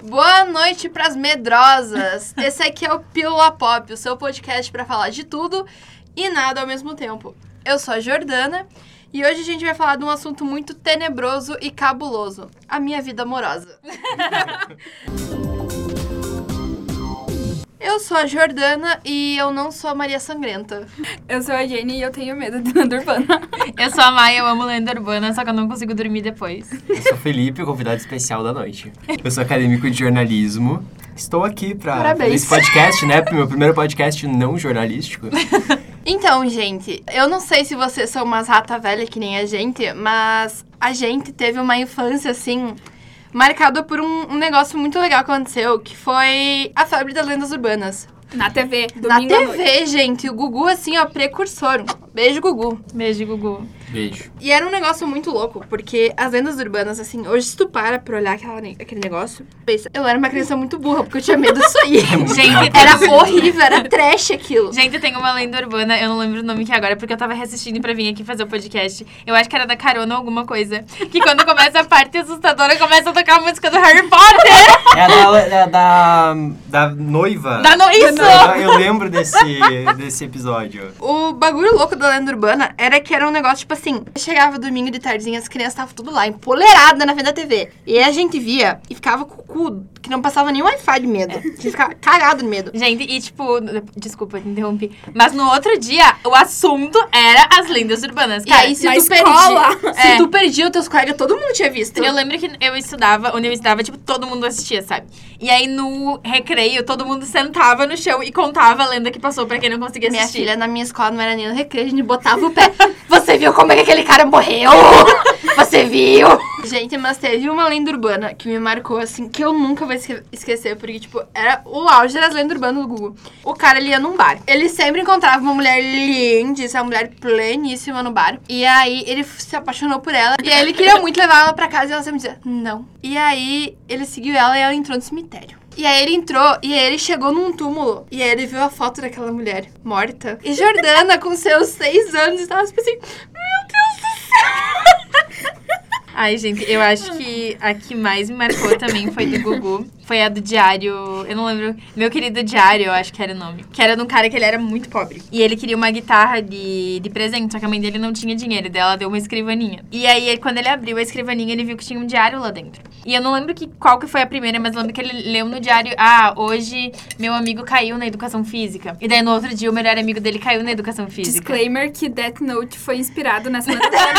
Boa noite pras medrosas. Esse aqui é o Pílula Pop, o seu podcast pra falar de tudo e nada ao mesmo tempo. Eu sou a Jordana e hoje a gente vai falar de um assunto muito tenebroso e cabuloso, a minha vida amorosa. Eu sou a Jordana e eu não sou a Maria Sangrenta. Eu sou a Jenny e eu tenho medo de lenda urbana. Eu sou a Maia, eu amo lenda urbana, só que eu não consigo dormir depois. Eu sou o Felipe, o convidado especial da noite. Eu sou acadêmico de jornalismo. Estou aqui pra fazer esse podcast, né? Meu primeiro podcast não jornalístico. Então, gente, eu não sei se vocês são umas rata velha que nem a gente, mas a gente teve uma infância, assim, marcada por um negócio muito legal que aconteceu, que foi a febre das lendas urbanas. Na TV, domingo à noite. Gente, o Gugu, assim, ó, precursor. Beijo, Gugu. Beijo, Gugu. Beijo. E era um negócio muito louco, porque as lendas urbanas, assim, hoje se tu para pra olhar aquele negócio, pensa, eu era uma criança muito burra, porque eu tinha medo disso aí. Gente, era horrível, era trash aquilo. Gente, tem uma lenda urbana, eu não lembro o nome aqui agora, porque eu tava reassistindo pra vir aqui fazer o podcast. Eu acho que era da Carona alguma coisa. Que quando começa a parte assustadora, começa a tocar a música do Harry Potter. É da noiva. Da noiva! Eu lembro desse episódio. O bagulho louco da lenda urbana era que era um negócio, tipo assim, chegava domingo de tardezinha, as crianças estavam tudo lá, empoleirada na frente da TV. E aí a gente via e ficava com o cu, que não passava nem Wi-Fi de medo. A gente ficava cagado de medo. Gente, e tipo, desculpa, te interrompi. Mas no outro dia, o assunto era as lendas urbanas. Cara, e aí, se tu perdia os teus colegas, todo mundo tinha visto. Eu lembro que eu estudava, onde eu estudava, tipo, todo mundo assistia, sabe? E aí, no recreio, todo mundo sentava no chão e contava a lenda que passou pra quem não conseguia assistir. Minha filha, na minha escola, não era nem no recreio, a gente botava o pé. Você viu como é que aquele cara morreu? Você viu? Gente, mas teve uma lenda urbana que me marcou, assim, que eu nunca vou esquecer, porque, tipo, era o auge das lendas urbanas do Google. O cara, ele ia num bar. Ele sempre encontrava uma mulher linda, uma mulher pleníssima no bar. E aí, ele se apaixonou por ela. E aí, ele queria muito levar ela pra casa e ela sempre dizia, não. E aí, ele seguiu ela e ela entrou no cemitério. E aí ele entrou, e aí ele chegou num túmulo. E aí ele viu a foto daquela mulher morta. E Jordana, com seus 6 anos, estava tipo assim, meu Deus do céu. Ai, gente, eu acho que a que mais me marcou também foi do Gugu. Foi a do Diário, eu não lembro, Meu Querido Diário, eu acho que era o nome. Que era de um cara que ele era muito pobre. E ele queria uma guitarra de presente, só que a mãe dele não tinha dinheiro. Daí ela deu uma escrivaninha. E aí, quando ele abriu a escrivaninha, ele viu que tinha um diário lá dentro. E eu não lembro qual que foi a primeira, mas eu lembro que ele leu no diário, hoje meu amigo caiu na educação física. E daí no outro dia o melhor amigo dele caiu na educação física. Disclaimer que Death Note foi inspirado nessa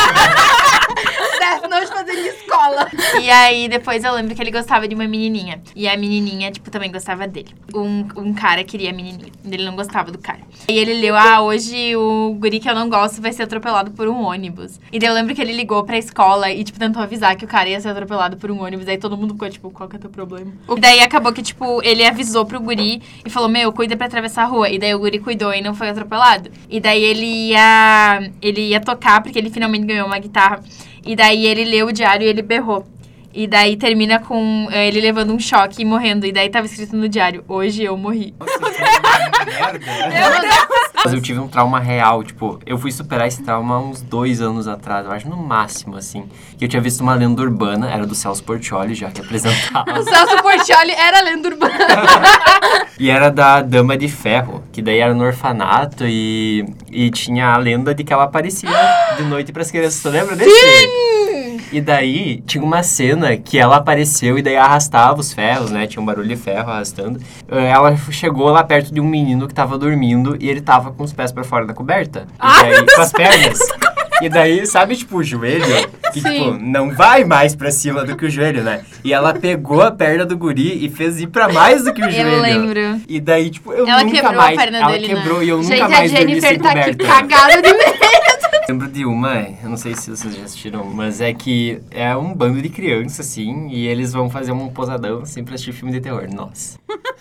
Death Note fazendo escola. E aí, depois eu lembro que ele gostava de uma menininha. E a menininha, tipo, também gostava dele. Um cara queria a menininha. Ele não gostava do cara. E ele leu, hoje o guri que eu não gosto vai ser atropelado por um ônibus. E daí eu lembro que ele ligou pra escola e, tipo, tentou avisar que o cara ia ser atropelado por um ônibus. Aí todo mundo ficou, tipo, qual que é teu problema? E daí acabou que, tipo, ele avisou pro guri e falou, cuida pra atravessar a rua. E daí o guri cuidou e não foi atropelado. E daí ele ia tocar, porque ele finalmente ganhou uma guitarra. E daí ele leu o diário e ele berrou. E daí termina com ele levando um choque e morrendo. E daí tava escrito no diário, hoje eu morri. Nossa, que merda. Mas eu tive um trauma real, tipo, eu fui superar esse trauma há uns 2 anos atrás, eu acho no máximo, assim. Que eu tinha visto uma lenda urbana, era do Celso Portiolli, já que apresentava. O Celso Portiolli era lenda urbana. E era da Dama de Ferro, que daí era no orfanato e tinha a lenda de que ela aparecia de noite pras crianças. Tu lembra desse? Sim! E daí tinha uma cena que ela apareceu e daí arrastava os ferros, né? Tinha um barulho de ferro arrastando. Ela chegou lá perto de um menino que tava dormindo e ele tava com os pés pra fora da coberta. E daí, com as pernas. E daí, sabe, tipo, o joelho? Que, tipo, não vai mais pra cima do que o joelho, né? E ela pegou a perna do guri e fez ir pra mais do que o joelho. Eu lembro. E daí, tipo, ela quebrou a perna dele, ela quebrou, né? E eu gente, nunca mais dormi sem tá coberta. Aqui cagada de medo. Lembro de uma, eu não sei se vocês já assistiram, mas é que é um bando de crianças, assim, e eles vão fazer um posadão, assim, pra assistir filme de terror. Nossa.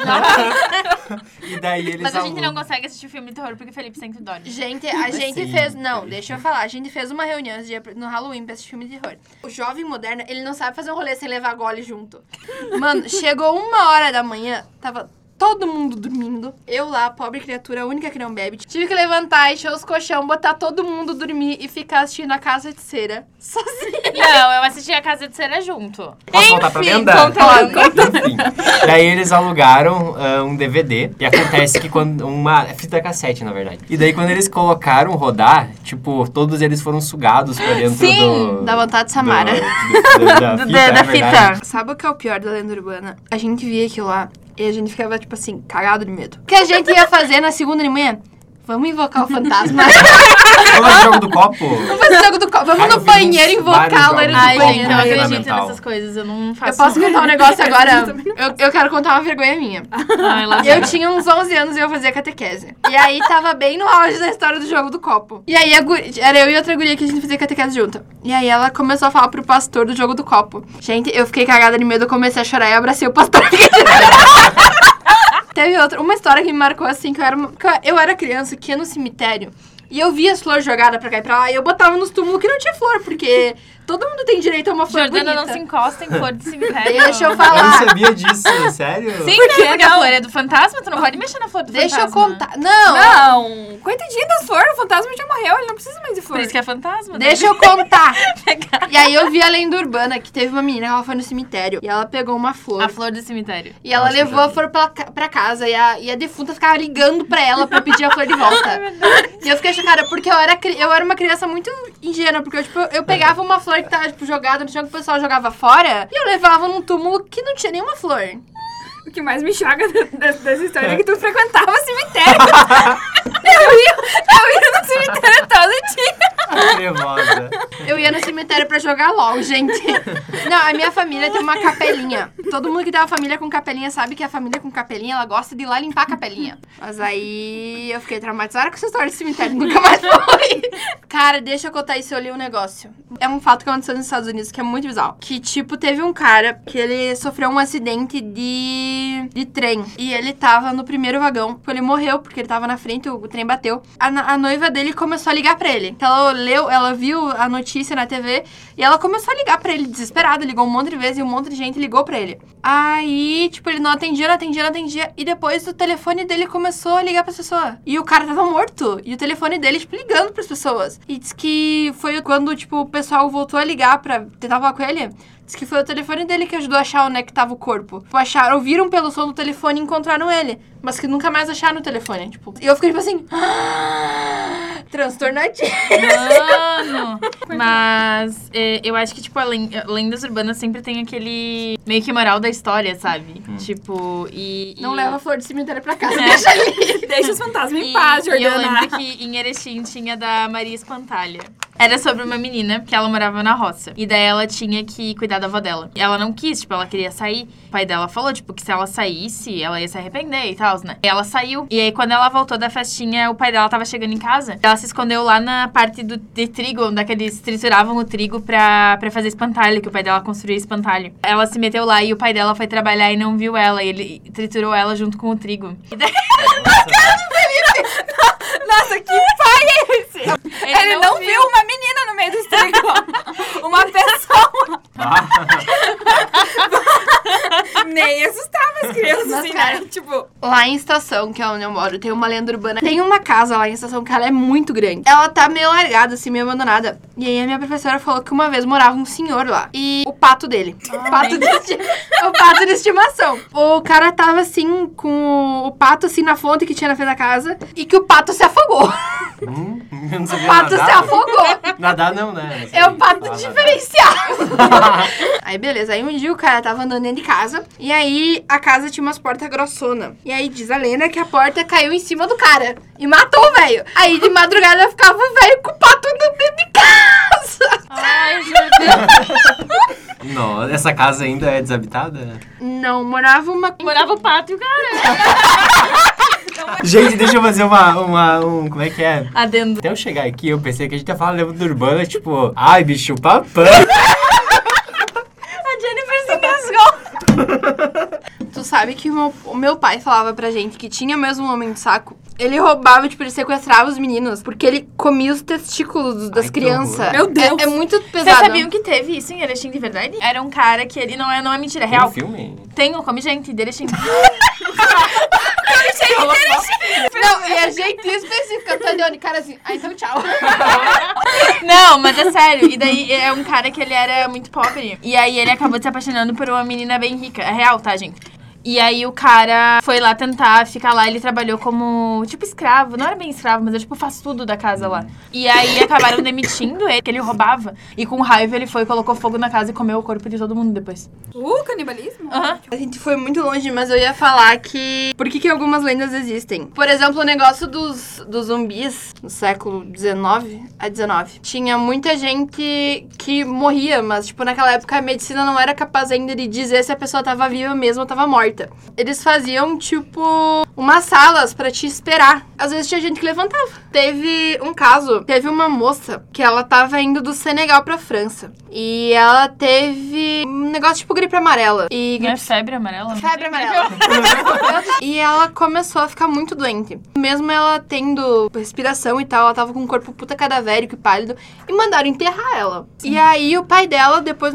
E daí eles Mas a gente não consegue assistir filme de terror porque o Felipe sempre dorme. Gente, a gente fez... Não, deixa eu falar. A gente fez uma reunião esse dia no Halloween pra assistir filme de terror. O jovem moderno, ele não sabe fazer um rolê sem levar gole junto. Mano, chegou 1h da manhã, tava todo mundo dormindo. Eu lá, pobre criatura, a única que não bebe. Tive que levantar, encher os colchão, botar todo mundo dormir e ficar assistindo A Casa de Cera sozinha. Não, eu assisti A Casa de Cera junto. Posso voltar pra lenda? Conta. Enfim, Daí eles alugaram um DVD. E acontece que quando... Uma fita cassete, na verdade. E daí quando eles colocaram rodar, tipo, todos eles foram sugados pra dentro Sim, da vontade de Samara. Da fita. Sabe o que é o pior da lenda urbana? A gente via aquilo lá e a gente ficava, tipo assim, cagado de medo. O que a gente ia fazer na segunda de manhã? Vamos invocar o fantasma. Vamos fazer jogo do copo? Vamos fazer jogo do copo. Vamos Cara, no eu fiz banheiro invocar o loiro do Ai, gente, banheiro. eu não acredito Fundamental. nessas coisas. Eu não faço. Eu posso contar um negócio agora? Eu quero contar uma vergonha minha. Ai, lá Eu tinha uns 11 anos e eu fazia catequese. E aí tava bem no auge da história do jogo do copo. E aí era eu e outra guria que a gente fazia catequese junto. E aí ela começou a falar pro pastor do jogo do copo. Gente, eu fiquei cagada de medo, eu comecei a chorar e abracei o pastor. Teve uma história que me marcou assim, que eu era criança que ia no cemitério e eu via as flores jogadas pra cá e pra lá e eu botava nos túmulos que não tinha flor, porque todo mundo tem direito a uma flor Jordana bonita. não se encosta em flor de cemitério. Deixa eu Eu falar. não sabia disso, sério? Sim, porque a flor é do fantasma, tu não pode mexer na flor do Deixa eu fantasma. contar. Não, Não, coitadinho das flores, o fantasma já morreu, ele não precisa mais de flor. Por isso que é fantasma. deixa eu contar. E aí eu vi a lenda urbana que teve uma menina, ela foi no cemitério e ela pegou uma flor. A flor do cemitério. E ela Acho que levou já a flor pra casa e a defunta ficava ligando pra ela pra pedir a flor de volta. E eu fiquei chocada, porque eu era uma criança muito ingênua, porque eu pegava uma flor que tava, tipo, jogada no chão que o pessoal jogava fora e eu levava num túmulo que não tinha nenhuma flor. O que mais me choca dessa história é que tu frequentava o cemitério. eu ia no cemitério todo dia. Trevosa. Eu ia no cemitério pra jogar LOL, gente. Não, a minha família tem uma capelinha. Todo mundo que tem uma família com capelinha sabe que a família com capelinha, ela gosta de ir lá limpar a capelinha. Mas aí eu fiquei traumatizada com essa história de cemitério, nunca mais fui. Cara, deixa eu contar isso, eu li um negócio. É um fato que aconteceu nos Estados Unidos que é muito bizarro. Que, tipo, teve um cara que ele sofreu um acidente de trem. E ele tava no primeiro vagão. Ele morreu porque ele tava na frente, o trem bateu. A noiva dele começou a ligar pra ele. Então ela viu a notícia na TV e ela começou a ligar pra ele desesperada. Ligou um monte de vezes e um monte de gente ligou pra ele. Aí, tipo, ele não atendia. E depois o telefone dele começou a ligar pras pessoas. E o cara tava morto. E o telefone dele, tipo, ligando pras pessoas. E diz que foi quando, tipo, o pessoal voltou a ligar pra tentar falar com ele. Diz que foi o telefone dele que ajudou a achar onde é que tava o corpo. Tipo, ouviram pelo som do telefone e encontraram ele. Mas que nunca mais acharam o telefone, tipo. E eu fiquei, tipo assim... transtornadinha. Mano! Mas eu acho que, tipo, lendas urbanas sempre tem aquele meio que moral da história, sabe? Tipo, Não leva a flor de cemitério pra casa, deixa ali. Deixa os fantasmas em paz, E eu Jordana. lembro que em Erechim tinha da Maria Espantalha. Era sobre uma menina que ela morava na roça. E daí ela tinha que cuidar da avó dela. E ela não quis, tipo, ela queria sair. O pai dela falou, tipo, que se ela saísse, ela ia se arrepender e tal, né? E ela saiu. E aí, quando ela voltou da festinha, o pai dela tava chegando em casa. Ela se escondeu lá na parte de trigo, onde eles trituravam o trigo pra fazer espantalho, que o pai dela construía espantalho. Ela se meteu lá e o pai dela foi trabalhar e não viu ela. E ele triturou ela junto com o trigo. E daí... Nossa, que pai é esse? Ele não viu uma menina no meio do trigo. Uma pessoa. Nem assustava as crianças, Nossa, assim, cara. né? Tipo... Lá em Estação, que é onde eu moro, tem uma lenda urbana. Tem uma casa lá em Estação que ela é muito grande. Ela tá meio largada, assim, meio abandonada. E aí a minha professora falou que uma vez morava um senhor lá. E o pato dele. O pato de estimação. O cara tava, assim, com o pato, assim, na fonte que tinha na frente da casa. E que o pato se afogou. Eu não sabia O pato se nadar. afogou. Nadar não, né? É um pato Ah, diferenciado. Aí, beleza. Aí, um dia o cara tava andando dentro de casa. E aí, a casa tinha umas portas grossonas. E aí, diz a lenda que a porta caiu em cima do cara. E matou o velho. Aí, de madrugada, ficava o velho com o pato dentro de casa. Ai, Jordana. Nossa, essa casa ainda é desabitada? Não, morava uma... Morava o pato e o cara. Gente, deixa eu fazer como é que é? Adendo. Até eu chegar aqui, eu pensei que a gente ia falar lenda urbana, tipo, ai, bicho, papão. A Jennifer se engasgou. Tu sabe que o meu pai falava pra gente que tinha mesmo um homem de saco. Ele roubava, tipo, ele sequestrava os meninos. Porque ele comia os testículos das que crianças. horror. Meu Deus. É muito Vocês pesado. sabiam que teve isso em Erechim de verdade? Era um cara que ele não é mentira, é Tem real. um filme? Tem um come gente de Erechim. Não, e é jeito específico. Eu tô olhando, cara, assim, então tchau. Não, mas é sério. E daí é um cara que ele era muito pobre. E aí ele acabou se apaixonando por uma menina bem rica. É real, tá, gente? E aí o cara foi lá tentar ficar lá, ele trabalhou como, tipo, escravo. Não era bem escravo, mas tipo, faz tudo da casa lá. E aí acabaram demitindo ele, que ele roubava. E com raiva ele foi, colocou fogo na casa e comeu o corpo de todo mundo depois. Canibalismo? Aham. A gente foi muito longe, mas eu ia falar que... Por que algumas lendas existem? Por exemplo, o negócio dos zumbis no século XIX a XIX. Tinha muita gente que morria, mas, tipo, naquela época a medicina não era capaz ainda de dizer se a pessoa tava viva mesmo ou tava morta. Eles faziam, tipo, umas salas pra te esperar. Às vezes tinha gente que levantava. Teve um caso, teve uma moça que ela tava indo do Senegal pra França. E ela teve um negócio tipo gripe amarela. E Não é febre amarela? Febre amarela. E ela começou a ficar muito doente. Mesmo ela tendo respiração e tal, ela tava com um corpo puta cadavérico e pálido. E mandaram enterrar ela. Sim. E aí o pai dela, depois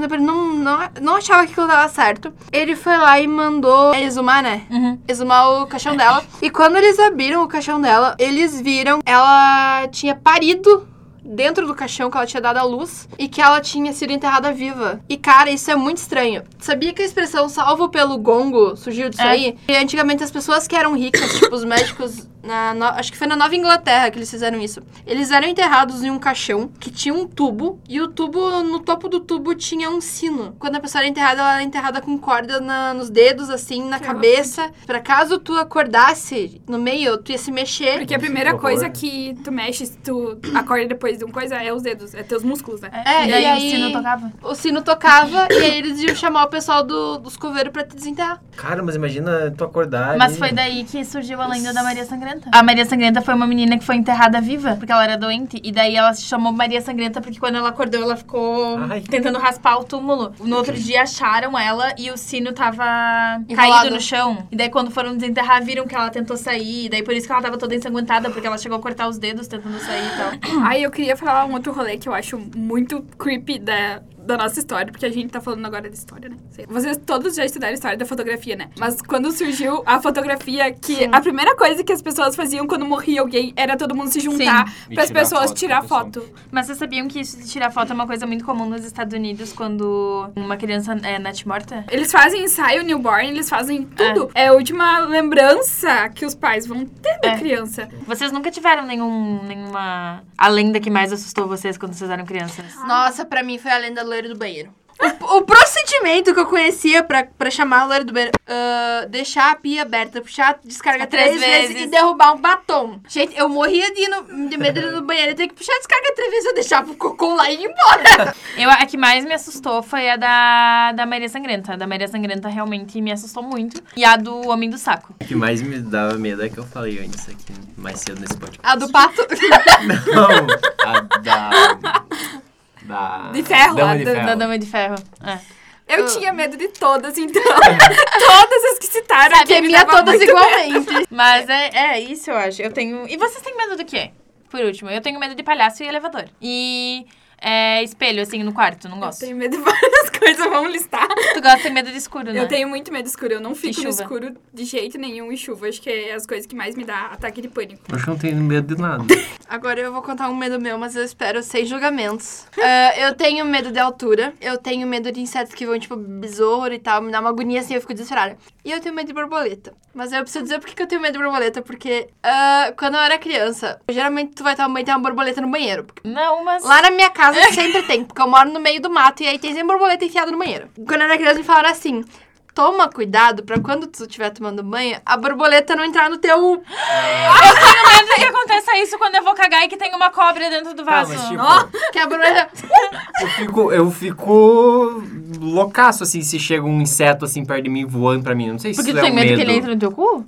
não achava que aquilo dava certo. Ele foi lá e mandou exumar, né? Exumar o caixão dela. E quando eles abriram o caixão dela, eles viram ela tinha parido dentro do caixão, que ela tinha dado à luz e que ela tinha sido enterrada viva. E, cara, isso é muito estranho. Sabia que a expressão salvo pelo gongo surgiu disso aí? E antigamente as pessoas que eram ricas, tipo os médicos, acho que foi na Nova Inglaterra que eles fizeram isso. Eles eram enterrados em um caixão que tinha um tubo e o tubo, no topo do tubo tinha um sino. Quando a pessoa era enterrada, ela era enterrada com corda nos dedos, assim, na cabeça. Pra caso tu acordasse no meio, tu ia se mexer. Porque a primeira coisa que tu mexe, se tu acorda depois de uma coisa, é os dedos, é teus músculos, né? E aí o sino tocava? O sino tocava e aí eles iam chamar o pessoal dos coveiros pra te desenterrar. Cara, mas imagina tu acordar Mas ali. foi daí que surgiu a lenda da Maria Sangrenta. A Maria Sangrenta foi uma menina que foi enterrada viva, porque ela era doente. E daí ela se chamou Maria Sangrenta porque quando ela acordou, ela ficou tentando raspar o túmulo. No outro dia acharam ela e o sino tava caído no chão. E daí quando foram desenterrar, viram que ela tentou sair. E daí por isso que ela tava toda ensanguentada, porque ela chegou a cortar os dedos tentando sair e tal. Ai, eu queria falar um outro rolê que eu acho muito creepy da nossa história, porque a gente tá falando agora de história, né? Vocês todos já estudaram história da fotografia, né? Mas quando surgiu a fotografia, que a primeira coisa que as pessoas faziam quando morria alguém era todo mundo se juntar para as pessoas tirar foto. Mas vocês sabiam que isso de tirar foto é uma coisa muito comum nos Estados Unidos quando uma criança nasce morta? Eles fazem ensaio newborn, eles fazem tudo. É a última lembrança que os pais vão ter da criança. Vocês nunca tiveram nenhuma... A lenda que mais assustou vocês quando vocês eram crianças? Nossa, pra mim foi a lenda do loiro do banheiro. O procedimento que eu conhecia pra chamar o loiro do banheiro, deixar a pia aberta, puxar a descarga 3 vezes e derrubar um batom. Gente, eu morria de medo de ir no banheiro, eu ter que puxar a descarga 3 vezes, eu deixava o cocô lá e ir embora. A que mais me assustou foi a da Maria Sangrenta. A da Maria Sangrenta realmente me assustou muito. E a do Homem do Saco. O que mais me dava medo é que eu falei antes aqui, mais cedo nesse podcast. A do pato? Não, a de ferro, da Dama de Ferro. Eu tinha medo de todas, então. Todas as que citaram. Temia todas igualmente. Mas é isso, eu acho. Eu tenho... E vocês têm medo do quê? Por último, eu tenho medo de palhaço e elevador. E... espelho, assim, no quarto, não gosto. Eu tenho medo de várias coisas, vamos listar. Tu gosta de medo de escuro, né? Eu tenho muito medo de escuro, eu não fico no escuro de jeito nenhum e chuva. Acho que é as coisas que mais me dá ataque de pânico. Eu não tenho medo de nada. Agora eu vou contar um medo meu, mas eu espero sem julgamentos. Eu tenho medo de altura, eu tenho medo de insetos que vão, tipo, besouro e tal, me dá uma agonia assim, eu fico desesperada. E eu tenho medo de borboleta. Mas eu preciso dizer por que eu tenho medo de borboleta, porque quando eu era criança, geralmente tu vai tomar banho e tem uma borboleta no banheiro. Não, mas... Lá na minha casa sempre tem, porque eu moro no meio do mato e aí tem sempre borboleta enfiada no banheiro. Quando eu era criança me falaram assim, toma cuidado pra quando tu estiver tomando banho, a borboleta não entrar no teu... Eu tenho medo que aconteça isso quando eu vou cagar e que tem uma cobra dentro do vaso. Mas, tipo, que a borboleta... Eu fico loucaço, assim, se chega um inseto, assim, perto de mim, voando pra mim. Não sei se porque isso tu é tem medo que ele entre no teu cu?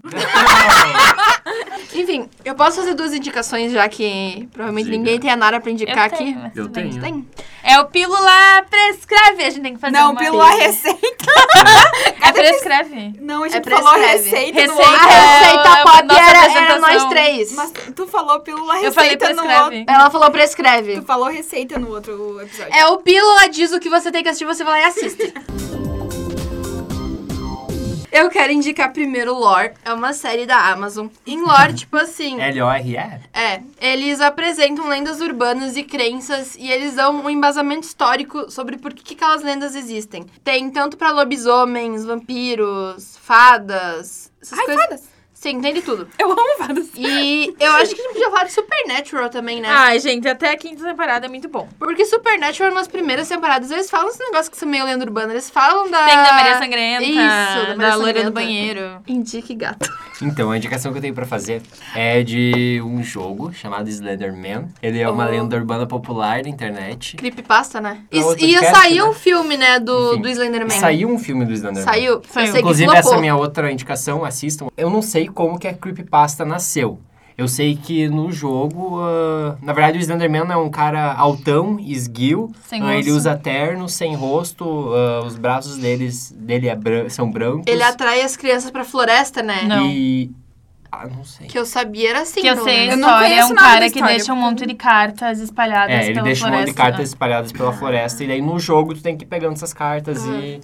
Enfim, eu posso fazer 2 indicações, já que provavelmente ninguém tem a Nara pra indicar aqui. Eu tenho. Tem? É o Pílula Prescreve. A gente tem que fazer Não, Pílula Receita. É Prescreve? Não, a gente falou receita. A receita pop era nós 3. Mas tu falou Pílula Receita. Eu falei Prescreve. Ela falou Prescreve. Tu falou receita no outro episódio. É o Pílula diz o que você tem que assistir, você vai lá e assiste. Eu quero indicar primeiro Lore. É uma série da Amazon. Em Lore, tipo assim... L-O-R-E? Eles apresentam lendas urbanas e crenças e eles dão um embasamento histórico sobre por que aquelas lendas existem. Tem tanto pra lobisomens, vampiros, fadas... Fadas! Sim, tem de tudo. Eu amo fadas. E eu acho que a gente podia falar de Supernatural também, né? Ai, gente, até a 5ª temporada é muito bom. Porque Supernatural, nas primeiras temporadas, eles falam esse negócio que são meio lenda urbana. Eles falam da... Tem da Maria Sangrenta, Isso, da loira do banheiro. Indique gato. Então, a indicação que eu tenho pra fazer é de um jogo chamado Slenderman. Ele é uma lenda urbana popular da internet. Creepypasta, né? Pra outro Ia cast, sair né? um filme, né, do Enfim, Slenderman. Saiu um filme do Slenderman. Saiu? Saiu. Eu sei Inclusive, que essa é flopou. a minha outra indicação, assistam. Eu não sei como que a Creepypasta nasceu. Eu sei que no jogo, na verdade, o Slenderman é um cara altão, esguio. Sem Ele rosto. usa terno, sem rosto, os braços dele são brancos. Ele atrai as crianças pra floresta, né? Não. E... não sei. Que eu sabia era assim, Que eu pelo sei a menos. Eu não história, é conheço um nada da cara que história, deixa um monte de cartas espalhadas Ele pela deixa um floresta. monte de cartas espalhadas pela floresta. E daí no jogo tu tem que ir pegando essas cartas e...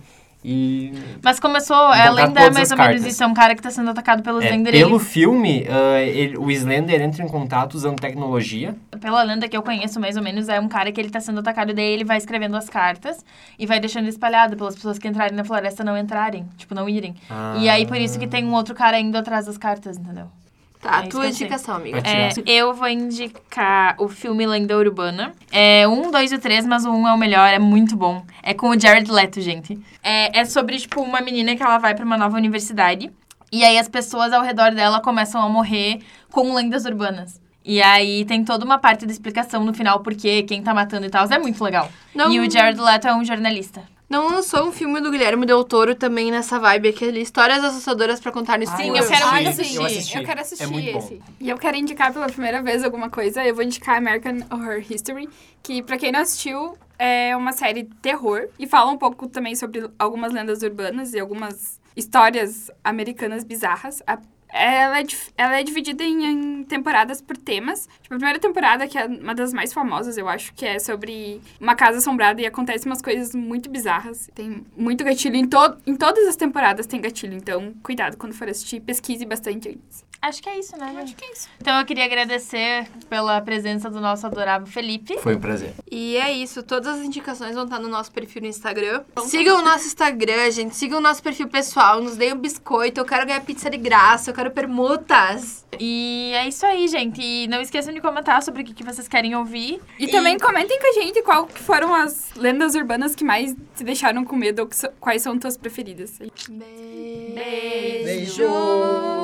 Mas começou, Encontrar a lenda é todas mais as ou menos cartas. isso, é um cara que tá sendo atacado pelos Slender. Pelo filme, o Slender entra em contato usando tecnologia. Pela lenda que eu conheço, mais ou menos, é um cara que ele tá sendo atacado, daí ele vai escrevendo as cartas e vai deixando espalhado pelas pessoas que entrarem na floresta não entrarem, tipo, não irem. E aí, por isso que tem um outro cara indo atrás das cartas, entendeu? Tá, É isso tua que eu sei. indicação, amiga. Vai tirar. Eu vou indicar o filme Lenda Urbana. É 1, 2 e 3, mas o 1 é o melhor, é muito bom. É com o Jared Leto, gente. É sobre, tipo, uma menina que ela vai pra uma nova universidade. E aí as pessoas ao redor dela começam a morrer com lendas urbanas. E aí tem toda uma parte da explicação no final, porque quem tá matando e tal. É muito legal. Não- E o Jared Leto é um jornalista. Não lançou um filme do Guilherme Del Toro também nessa vibe, aquele Histórias Assustadoras pra contar no escuro. eu quero muito assisti, assistir. eu assisti. Eu quero assistir É muito bom. esse. E eu quero indicar pela primeira vez alguma coisa. Eu vou indicar American Horror History, que pra quem não assistiu, é uma série de terror. E fala um pouco também sobre algumas lendas urbanas e algumas histórias americanas bizarras. Ela é dividida em temporadas por temas. Tipo, a primeira temporada, que é uma das mais famosas, eu acho, que é sobre uma casa assombrada e acontecem umas coisas muito bizarras. Tem muito gatilho. Em todas as temporadas tem gatilho, então cuidado quando for assistir, pesquise bastante antes. Acho que é isso, né, gente? Acho que é isso. Então eu queria agradecer pela presença do nosso adorável Felipe. Foi um prazer. E é isso, todas as indicações vão estar no nosso perfil no Instagram. Sigam o nosso Instagram, gente. Sigam o nosso perfil pessoal. Nos deem um biscoito. Eu quero ganhar pizza de graça. Eu quero permutas. E é isso aí, gente. E não esqueçam de comentar sobre o que vocês querem ouvir. E também comentem com a gente qual que foram as lendas urbanas que mais te deixaram com medo ou quais são tuas preferidas. Beijo.